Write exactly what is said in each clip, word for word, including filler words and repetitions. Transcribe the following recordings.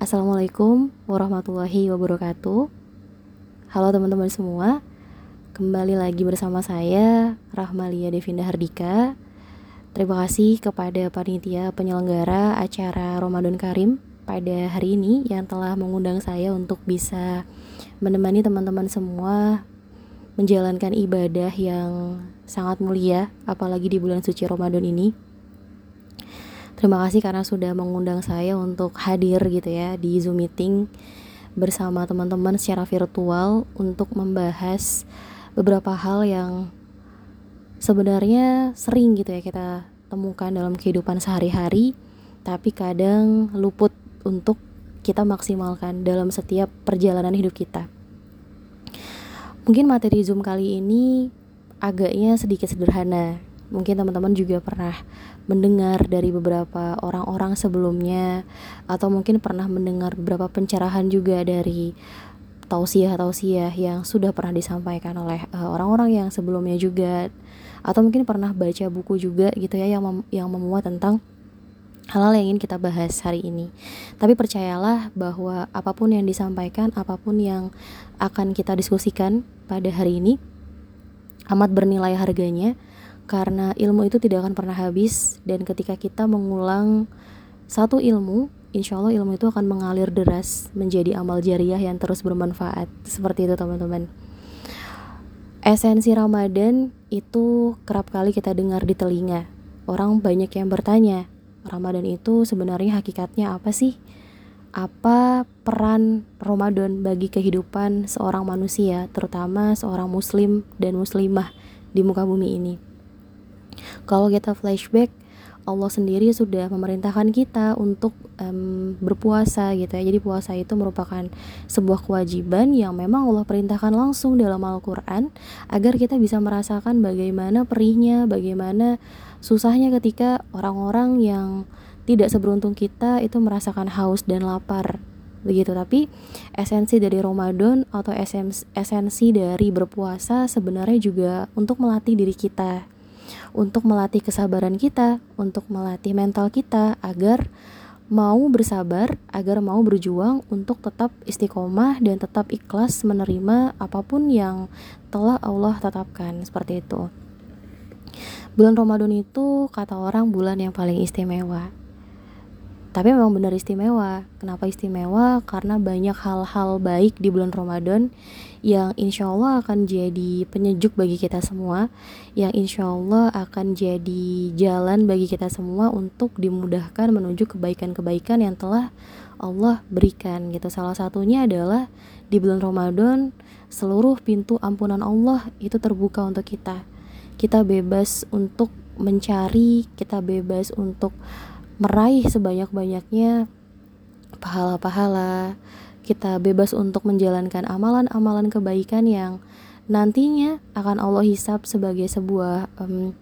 Assalamualaikum warahmatullahi wabarakatuh. Halo teman-teman semua, kembali lagi bersama saya Rahmalia Devinda Hardika. Terima kasih kepada panitia penyelenggara acara Ramadan Karim pada hari ini yang telah mengundang saya untuk bisa menemani teman-teman semua menjalankan ibadah yang sangat mulia, apalagi di bulan suci Ramadan ini. Terima kasih karena sudah mengundang saya untuk hadir gitu ya di Zoom meeting bersama teman-teman secara virtual untuk membahas beberapa hal yang sebenarnya sering gitu ya kita temukan dalam kehidupan sehari-hari, tapi kadang luput untuk kita maksimalkan dalam setiap perjalanan hidup kita. Mungkin materi Zoom kali ini agaknya sedikit sederhana. Mungkin teman-teman juga pernah mendengar dari beberapa orang-orang sebelumnya, atau mungkin pernah mendengar beberapa pencerahan juga dari tausiah-tausiah yang sudah pernah disampaikan oleh uh, orang-orang yang sebelumnya juga, atau mungkin pernah baca buku juga gitu ya yang mem- yang memuat tentang hal-hal yang ingin kita bahas hari ini. Tapi percayalah bahwa apapun yang disampaikan, apapun yang akan kita diskusikan pada hari ini amat bernilai harganya, karena ilmu itu tidak akan pernah habis, dan ketika kita mengulang satu ilmu, insya Allah ilmu itu akan mengalir deras menjadi amal jariah yang terus bermanfaat. Seperti itu teman-teman. Esensi Ramadan itu kerap kali kita dengar di telinga. Orang banyak yang bertanya, Ramadan itu sebenarnya hakikatnya apa sih? Apa peran Ramadan bagi kehidupan seorang manusia, terutama seorang muslim dan muslimah di muka bumi ini? Kalau kita flashback, Allah sendiri sudah memerintahkan kita untuk um, berpuasa gitu ya. Jadi puasa itu merupakan sebuah kewajiban yang memang Allah perintahkan langsung dalam Al-Quran, agar kita bisa merasakan bagaimana perihnya, bagaimana susahnya ketika orang-orang yang tidak seberuntung kita itu merasakan haus dan lapar begitu. Tapi esensi dari Ramadan atau esensi, esensi dari berpuasa sebenarnya juga untuk melatih diri kita, untuk melatih kesabaran kita, untuk melatih mental kita agar mau bersabar, agar mau berjuang untuk tetap istiqomah dan tetap ikhlas menerima apapun yang telah Allah tetapkan, seperti itu. Bulan Ramadan itu kata orang bulan yang paling istimewa. Tapi memang benar istimewa. Kenapa istimewa? Karena banyak hal-hal baik di bulan Ramadan yang insya Allah akan jadi penyejuk bagi kita semua, yang insya Allah akan jadi jalan bagi kita semua untuk dimudahkan menuju kebaikan-kebaikan yang telah Allah berikan gitu. Salah satunya adalah di bulan Ramadan seluruh pintu ampunan Allah itu terbuka untuk kita. Kita bebas untuk mencari, kita bebas untuk meraih sebanyak-banyaknya pahala-pahala. Kita bebas untuk menjalankan amalan-amalan kebaikan yang nantinya akan Allah hisab sebagai sebuah um,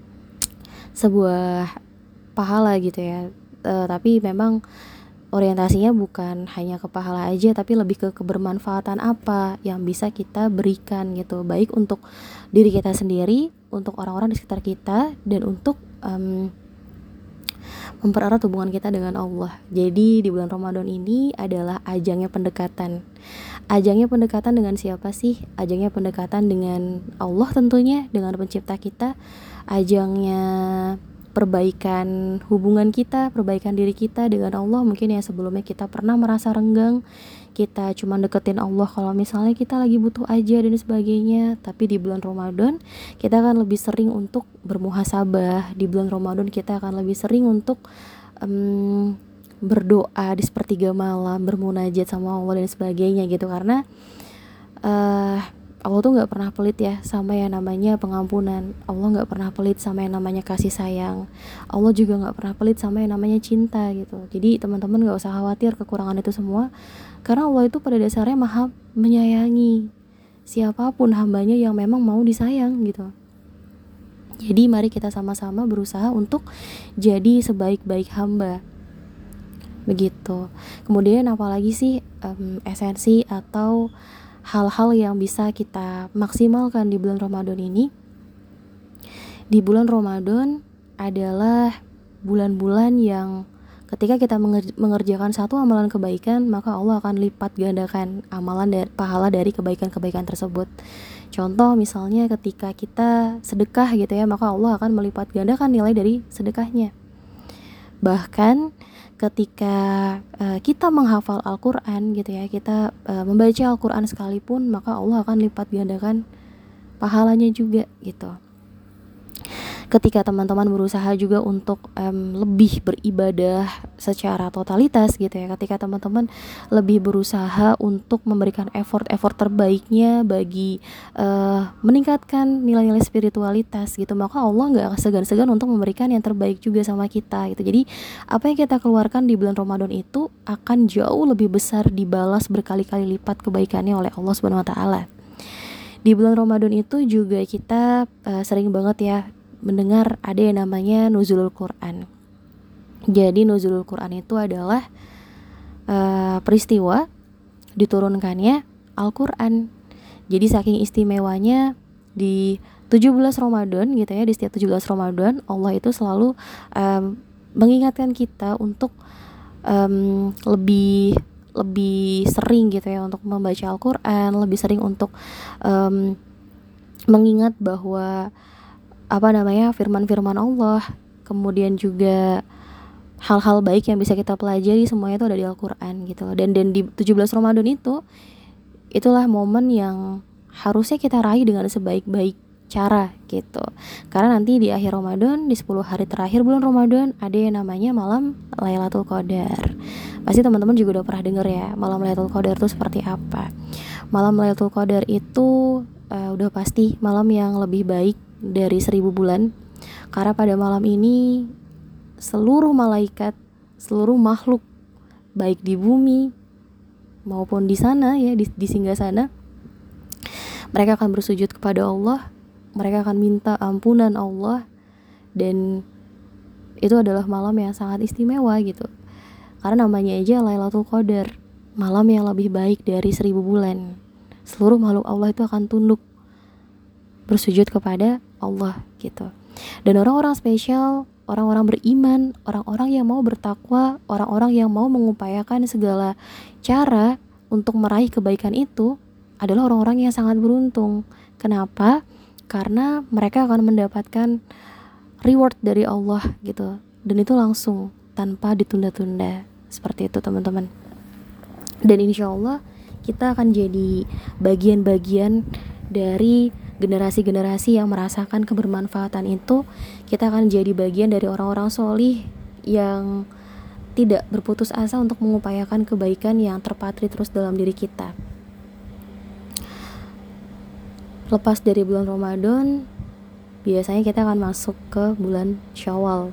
sebuah pahala gitu ya. Uh, tapi memang orientasinya bukan hanya ke pahala aja, tapi lebih ke kebermanfaatan apa yang bisa kita berikan gitu, baik untuk diri kita sendiri, untuk orang-orang di sekitar kita, dan untuk um, mempererat hubungan kita dengan Allah. Jadi di bulan Ramadan ini adalah ajangnya pendekatan. Ajangnya pendekatan dengan siapa sih? Ajangnya pendekatan dengan Allah tentunya, dengan pencipta kita. Ajangnya perbaikan hubungan kita, perbaikan diri kita dengan Allah. Mungkin yang sebelumnya kita pernah merasa renggang, kita cuma deketin Allah kalau misalnya kita lagi butuh aja dan sebagainya. Tapi di bulan Ramadan kita akan lebih sering untuk bermuhasabah. Di bulan Ramadan kita akan lebih sering untuk um, berdoa di sepertiga malam, bermunajat sama Allah dan sebagainya gitu. Karena uh, Allah tuh gak pernah pelit ya sama yang namanya pengampunan. Allah gak pernah pelit sama yang namanya kasih sayang. Allah juga gak pernah pelit sama yang namanya cinta gitu. Jadi teman-teman gak usah khawatir kekurangan itu semua, karena Allah itu pada dasarnya maha menyayangi siapapun hambanya yang memang mau disayang gitu. Jadi mari kita sama-sama berusaha untuk jadi sebaik-baik hamba, begitu. Kemudian apalagi sih um, esensi atau hal-hal yang bisa kita maksimalkan di bulan Ramadan ini? Di bulan Ramadan adalah bulan-bulan yang Ketika kita mengerjakan satu amalan kebaikan, maka Allah akan lipat gandakan amalan dari pahala dari kebaikan-kebaikan tersebut. Contoh misalnya ketika kita sedekah gitu ya, maka Allah akan melipat gandakan nilai dari sedekahnya. Bahkan ketika uh, kita menghafal Al-Quran gitu ya, kita uh, membaca Al-Quran sekalipun, maka Allah akan lipat gandakan pahalanya juga gitu. Ketika teman-teman berusaha juga untuk um, lebih beribadah secara totalitas gitu ya, ketika teman-teman lebih berusaha untuk memberikan effort-effort terbaiknya bagi uh, meningkatkan nilai-nilai spiritualitas gitu, maka Allah gak segan-segan untuk memberikan yang terbaik juga sama kita gitu. Jadi apa yang kita keluarkan di bulan Ramadan itu akan jauh lebih besar dibalas berkali-kali lipat kebaikannya oleh Allah Subhanahu wa taala. Di bulan Ramadan itu juga kita uh, sering banget ya mendengar ada yang namanya nuzulul Quran. Jadi nuzulul Quran itu adalah uh, peristiwa diturunkannya Al-Quran. Jadi saking istimewanya di tujuh belas Ramadan gitu ya, di setiap tujuh belas Ramadan Allah itu selalu um, mengingatkan kita untuk um, lebih lebih sering gitu ya untuk membaca Al-Quran, lebih sering untuk um, mengingat bahwa apa namanya firman-firman Allah, kemudian juga hal-hal baik yang bisa kita pelajari, semuanya itu ada di Al-Quran gitu. Dan dan di tujuh belas Ramadan itu itulah momen yang harusnya kita raih dengan sebaik-baik cara gitu. Karena nanti di akhir Ramadan, di sepuluh hari terakhir bulan Ramadan, ada yang namanya malam Lailatul Qadar. Pasti teman-teman juga udah pernah dengar ya, malam Lailatul Qadar itu seperti apa. Malam Lailatul Qadar itu uh, udah pasti malam yang lebih baik dari seribu bulan, karena pada malam ini seluruh malaikat, seluruh makhluk baik di bumi maupun di sana ya, di, di singgasana, mereka akan bersujud kepada Allah, mereka akan minta ampunan Allah, dan itu adalah malam yang sangat istimewa gitu. Karena namanya aja Lailatul Qadar, malam yang lebih baik dari seribu bulan. Seluruh makhluk Allah itu akan tunduk bersujud kepada Allah gitu. Dan orang-orang spesial, orang-orang beriman, orang-orang yang mau bertakwa, orang-orang yang mau mengupayakan segala cara untuk meraih kebaikan itu adalah orang-orang yang sangat beruntung. Kenapa? Karena mereka akan mendapatkan reward dari Allah gitu. Dan itu langsung tanpa ditunda-tunda. Seperti itu teman-teman. Dan insya Allah kita akan jadi bagian-bagian dari generasi-generasi yang merasakan kebermanfaatan itu. Kita akan jadi bagian dari orang-orang solih yang tidak berputus asa untuk mengupayakan kebaikan yang terpatri terus dalam diri kita. Lepas dari bulan Ramadan, biasanya kita akan masuk ke bulan Syawal.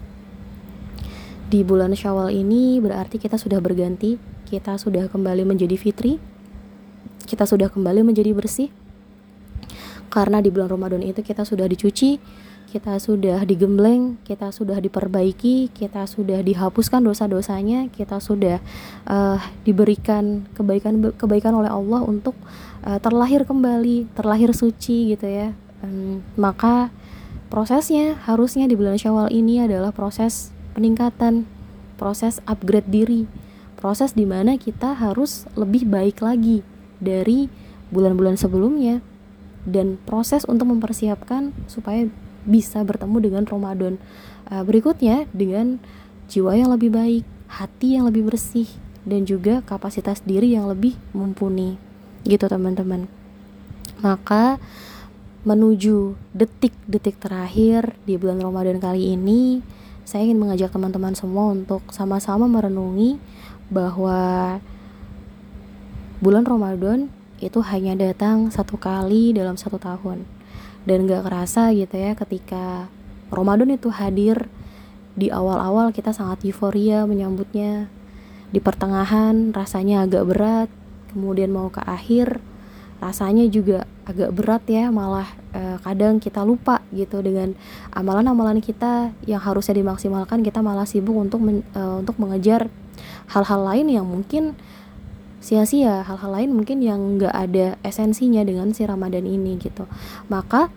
Di bulan Syawal ini berarti kita sudah berganti, kita sudah kembali menjadi fitri, kita sudah kembali menjadi bersih. Karena di bulan Ramadan itu kita sudah dicuci, kita sudah digembleng, kita sudah diperbaiki, kita sudah dihapuskan dosa-dosanya, kita sudah uh, diberikan kebaikan-kebaikan oleh Allah untuk uh, terlahir kembali, terlahir suci gitu ya. Um, maka prosesnya harusnya di bulan Syawal ini adalah proses peningkatan, proses upgrade diri, proses dimana kita harus lebih baik lagi dari bulan-bulan sebelumnya. Dan proses untuk mempersiapkan supaya bisa bertemu dengan Ramadan uh, berikutnya dengan jiwa yang lebih baik, hati yang lebih bersih, dan juga kapasitas diri yang lebih mumpuni gitu teman-teman. Maka menuju detik-detik terakhir di bulan Ramadan kali ini, saya ingin mengajak teman-teman semua untuk sama-sama merenungi bahwa bulan Ramadan itu hanya datang satu kali dalam satu tahun. Dan gak kerasa gitu ya, ketika Ramadan itu hadir, di awal-awal kita sangat euforia menyambutnya, di pertengahan rasanya agak berat, kemudian mau ke akhir rasanya juga agak berat ya, malah eh, kadang kita lupa gitu dengan amalan-amalan kita yang harusnya dimaksimalkan, kita malah sibuk untuk men, eh, untuk mengejar hal-hal lain yang mungkin sia-sia, hal-hal lain mungkin yang gak ada esensinya dengan si Ramadan ini gitu. Maka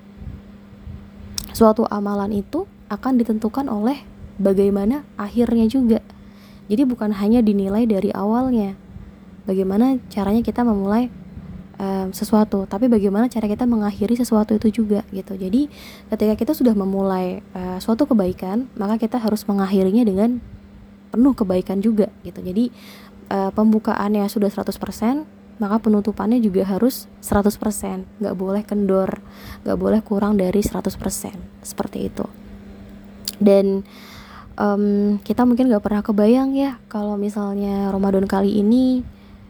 suatu amalan itu akan ditentukan oleh bagaimana akhirnya juga. Jadi bukan hanya dinilai dari awalnya bagaimana caranya kita memulai um, sesuatu, tapi bagaimana cara kita mengakhiri sesuatu itu juga gitu. Jadi ketika kita sudah memulai uh, suatu kebaikan, maka kita harus mengakhirinya dengan penuh kebaikan juga gitu. Jadi uh, pembukaannya sudah seratus persen, maka penutupannya juga harus seratus persen, gak boleh kendor, gak boleh kurang dari seratus persen, seperti itu. Dan um, kita mungkin gak pernah kebayang ya kalau misalnya Ramadan kali ini,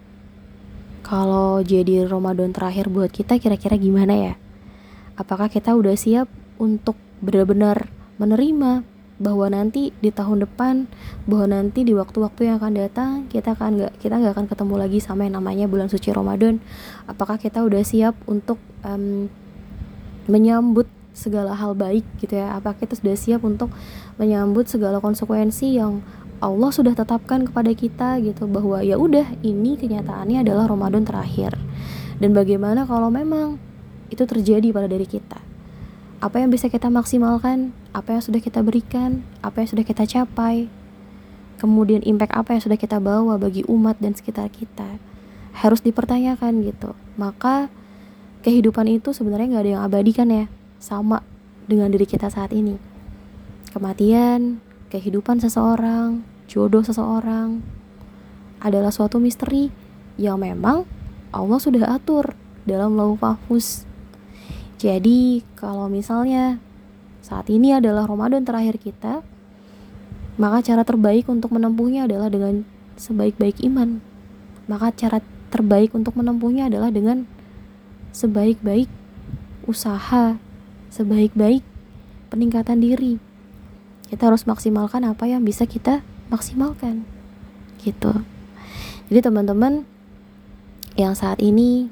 kalau jadi Ramadan terakhir buat kita, kira-kira gimana ya? Apakah kita udah siap untuk benar-benar menerima bahwa nanti di tahun depan, bahwa nanti di waktu-waktu yang akan datang kita akan nggak kita nggak akan ketemu lagi sama yang namanya bulan suci Ramadan? Apakah kita udah siap untuk um, menyambut segala hal baik gitu ya? Apakah kita sudah siap untuk menyambut segala konsekuensi yang Allah sudah tetapkan kepada kita gitu, bahwa ya udah, ini kenyataannya adalah Ramadan terakhir. Dan bagaimana kalau memang itu terjadi pada diri kita? Apa yang bisa kita maksimalkan? Apa yang sudah kita berikan? Apa yang sudah kita capai? Kemudian impact apa yang sudah kita bawa bagi umat dan sekitar kita? Harus dipertanyakan gitu. Maka kehidupan itu sebenarnya gak ada yang abadi kan ya, sama dengan diri kita saat ini. Kematian, kehidupan seseorang, jodoh seseorang adalah suatu misteri yang memang Allah sudah atur dalam Lauh Mahfuz. Jadi kalau misalnya saat ini adalah Ramadan terakhir kita, maka cara terbaik untuk menempuhnya adalah dengan sebaik-baik iman. Maka cara terbaik untuk menempuhnya adalah dengan sebaik-baik usaha, sebaik-baik peningkatan diri. Kita harus maksimalkan apa yang bisa kita maksimalkan gitu. Jadi teman-teman yang saat ini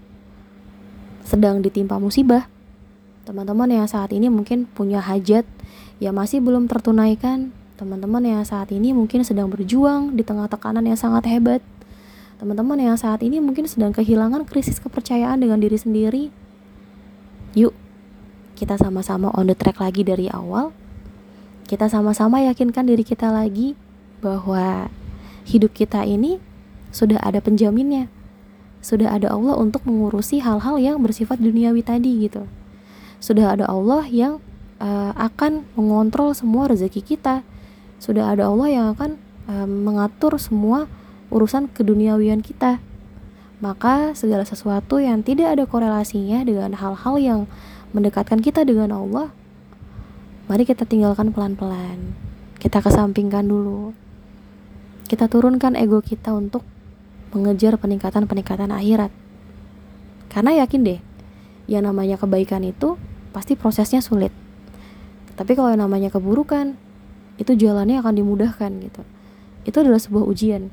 sedang ditimpa musibah, teman-teman yang saat ini mungkin punya hajat yang masih belum tertunaikan, teman-teman yang saat ini mungkin sedang berjuang di tengah tekanan yang sangat hebat, teman-teman yang saat ini mungkin sedang kehilangan krisis kepercayaan dengan diri sendiri, yuk kita sama-sama on the track lagi dari awal. Kita sama-sama yakinkan diri kita lagi bahwa hidup kita ini sudah ada penjaminnya. Sudah ada Allah untuk mengurusi hal-hal yang bersifat duniawi tadi gitu. Sudah ada Allah yang uh, akan mengontrol semua rezeki kita. Sudah ada Allah yang akan uh, mengatur semua urusan keduniawian kita. Maka segala sesuatu yang tidak ada korelasinya dengan hal-hal yang mendekatkan kita dengan Allah, mari kita tinggalkan pelan-pelan. Kita kesampingkan dulu. Kita turunkan ego kita untuk mengejar peningkatan-peningkatan akhirat. Karena yakin deh, yang namanya kebaikan itu pasti prosesnya sulit. Tapi kalau yang namanya keburukan, itu jalannya akan dimudahkan gitu. Itu adalah sebuah ujian.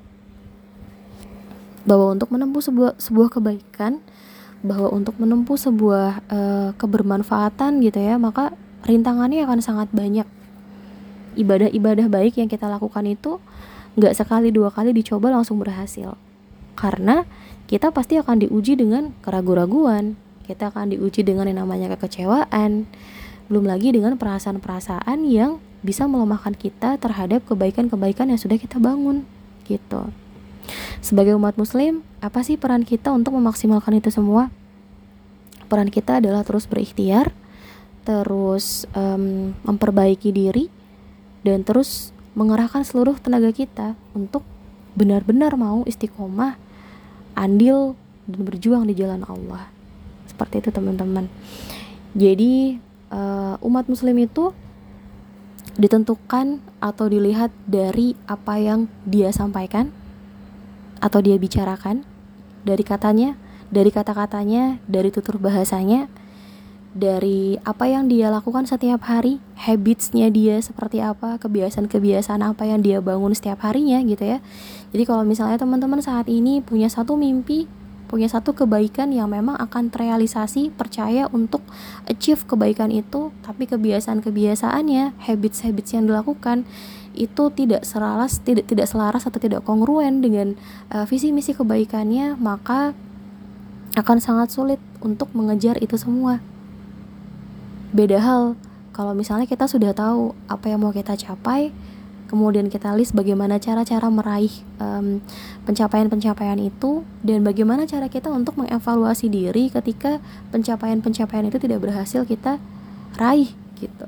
Bahwa untuk menempuh sebuah sebuah kebaikan, bahwa untuk menempuh sebuah uh, kebermanfaatan gitu ya, maka rintangannya akan sangat banyak. Ibadah-ibadah baik yang kita lakukan itu gak sekali dua kali dicoba langsung berhasil. Karena kita pasti akan diuji dengan keraguan-raguan, kita akan diuji dengan yang namanya kekecewaan, belum lagi dengan perasaan-perasaan yang bisa melemahkan kita terhadap kebaikan-kebaikan yang sudah kita bangun gitu. Sebagai umat muslim, apa sih peran kita untuk memaksimalkan itu semua? Peran kita adalah terus berikhtiar, terus um, memperbaiki diri, dan terus mengerahkan seluruh tenaga kita untuk benar-benar mau istiqomah, andil, dan berjuang di jalan Allah. Seperti itu teman-teman. Jadi uh, umat muslim itu ditentukan atau dilihat dari apa yang dia sampaikan atau dia bicarakan, dari katanya, dari kata-katanya, dari tutur bahasanya, dari apa yang dia lakukan setiap hari, habitsnya dia seperti apa, kebiasaan-kebiasaan apa yang dia bangun setiap harinya gitu ya. Jadi kalau misalnya teman-teman saat ini punya satu mimpi, punya satu kebaikan yang memang akan terrealisasi, percaya untuk achieve kebaikan itu, tapi kebiasaan-kebiasaannya, habits-habits yang dilakukan itu tidak selaras, tidak tidak selaras atau tidak kongruen dengan uh, visi misi kebaikannya, maka akan sangat sulit untuk mengejar itu semua. Beda hal kalau misalnya kita sudah tahu apa yang mau kita capai, kemudian kita list bagaimana cara-cara meraih um, pencapaian-pencapaian itu, dan bagaimana cara kita untuk mengevaluasi diri ketika pencapaian-pencapaian itu tidak berhasil kita raih gitu.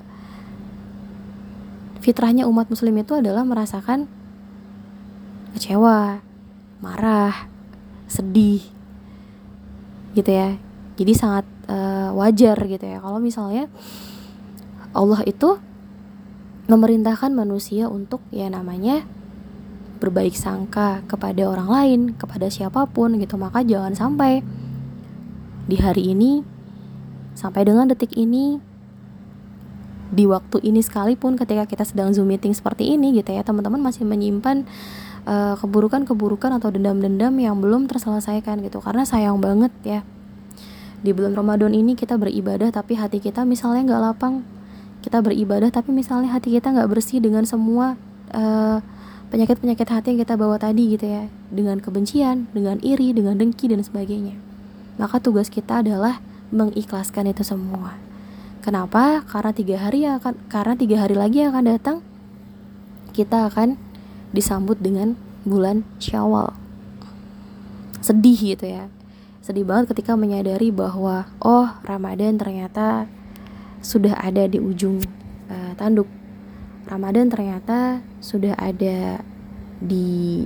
Fitrahnya umat muslim itu adalah merasakan kecewa, marah, sedih gitu ya. Jadi sangat uh, wajar gitu ya kalau misalnya Allah itu memerintahkan manusia untuk ya namanya berbaik sangka kepada orang lain, kepada siapapun gitu. Maka jangan sampai di hari ini, sampai dengan detik ini, di waktu ini sekalipun ketika kita sedang Zoom meeting seperti ini gitu ya, teman-teman masih menyimpan uh, keburukan-keburukan atau dendam-dendam yang belum terselesaikan gitu. Karena sayang banget ya, di bulan Ramadan ini kita beribadah tapi hati kita misalnya gak lapang. Kita beribadah tapi misalnya hati kita gak bersih dengan semua uh, penyakit-penyakit hati yang kita bawa tadi gitu ya, dengan kebencian, dengan iri, dengan dengki dan sebagainya. Maka tugas kita adalah mengikhlaskan itu semua. Kenapa? Karena tiga hari yang akan, karena tiga hari lagi yang akan datang kita akan disambut dengan bulan Syawal. Sedih gitu ya, sedih banget ketika menyadari bahwa oh Ramadan ternyata sudah ada di ujung uh, tanduk. Ramadan ternyata sudah ada di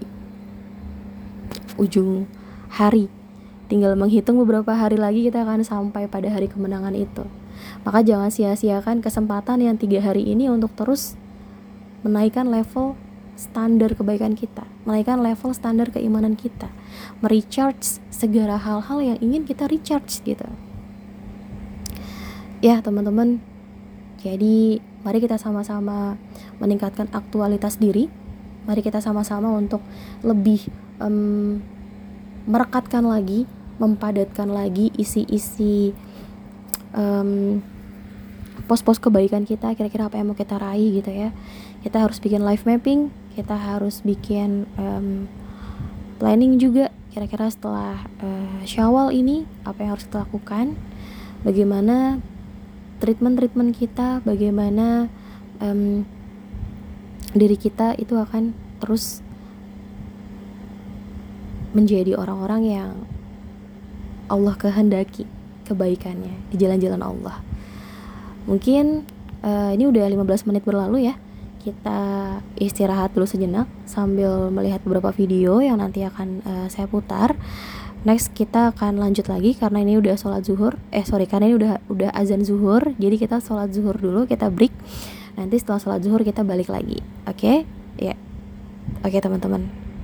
ujung hari. Tinggal menghitung beberapa hari lagi kita akan sampai pada hari kemenangan itu. Maka jangan sia-siakan kesempatan yang tiga hari ini untuk terus menaikkan level standar kebaikan kita, menaikkan level standar keimanan kita, merecharge segala hal-hal yang ingin kita recharge gitu. Ya teman-teman, jadi mari kita sama-sama meningkatkan aktualitas diri. Mari kita sama-sama untuk lebih um, merekatkan lagi, mempadatkan lagi isi-isi um, pos-pos kebaikan kita. Kira-kira apa yang mau kita raih gitu ya. Kita harus bikin life mapping, kita harus bikin um, planning juga. Kira-kira setelah uh, Syawal ini apa yang harus kita lakukan, bagaimana treatment-treatment kita, bagaimana um, diri kita itu akan terus menjadi orang-orang yang Allah kehendaki kebaikannya di jalan-jalan Allah. Mungkin uh, ini udah lima belas menit berlalu ya. Kita istirahat dulu sejenak sambil melihat beberapa video yang nanti akan uh, saya putar. Next kita akan lanjut lagi karena ini udah sholat zuhur. Eh sorry karena ini udah udah azan zuhur. Jadi kita sholat zuhur dulu, kita break. Nanti setelah sholat zuhur kita balik lagi. Oke? Okay? Ya. Yeah. Oke okay, teman-teman.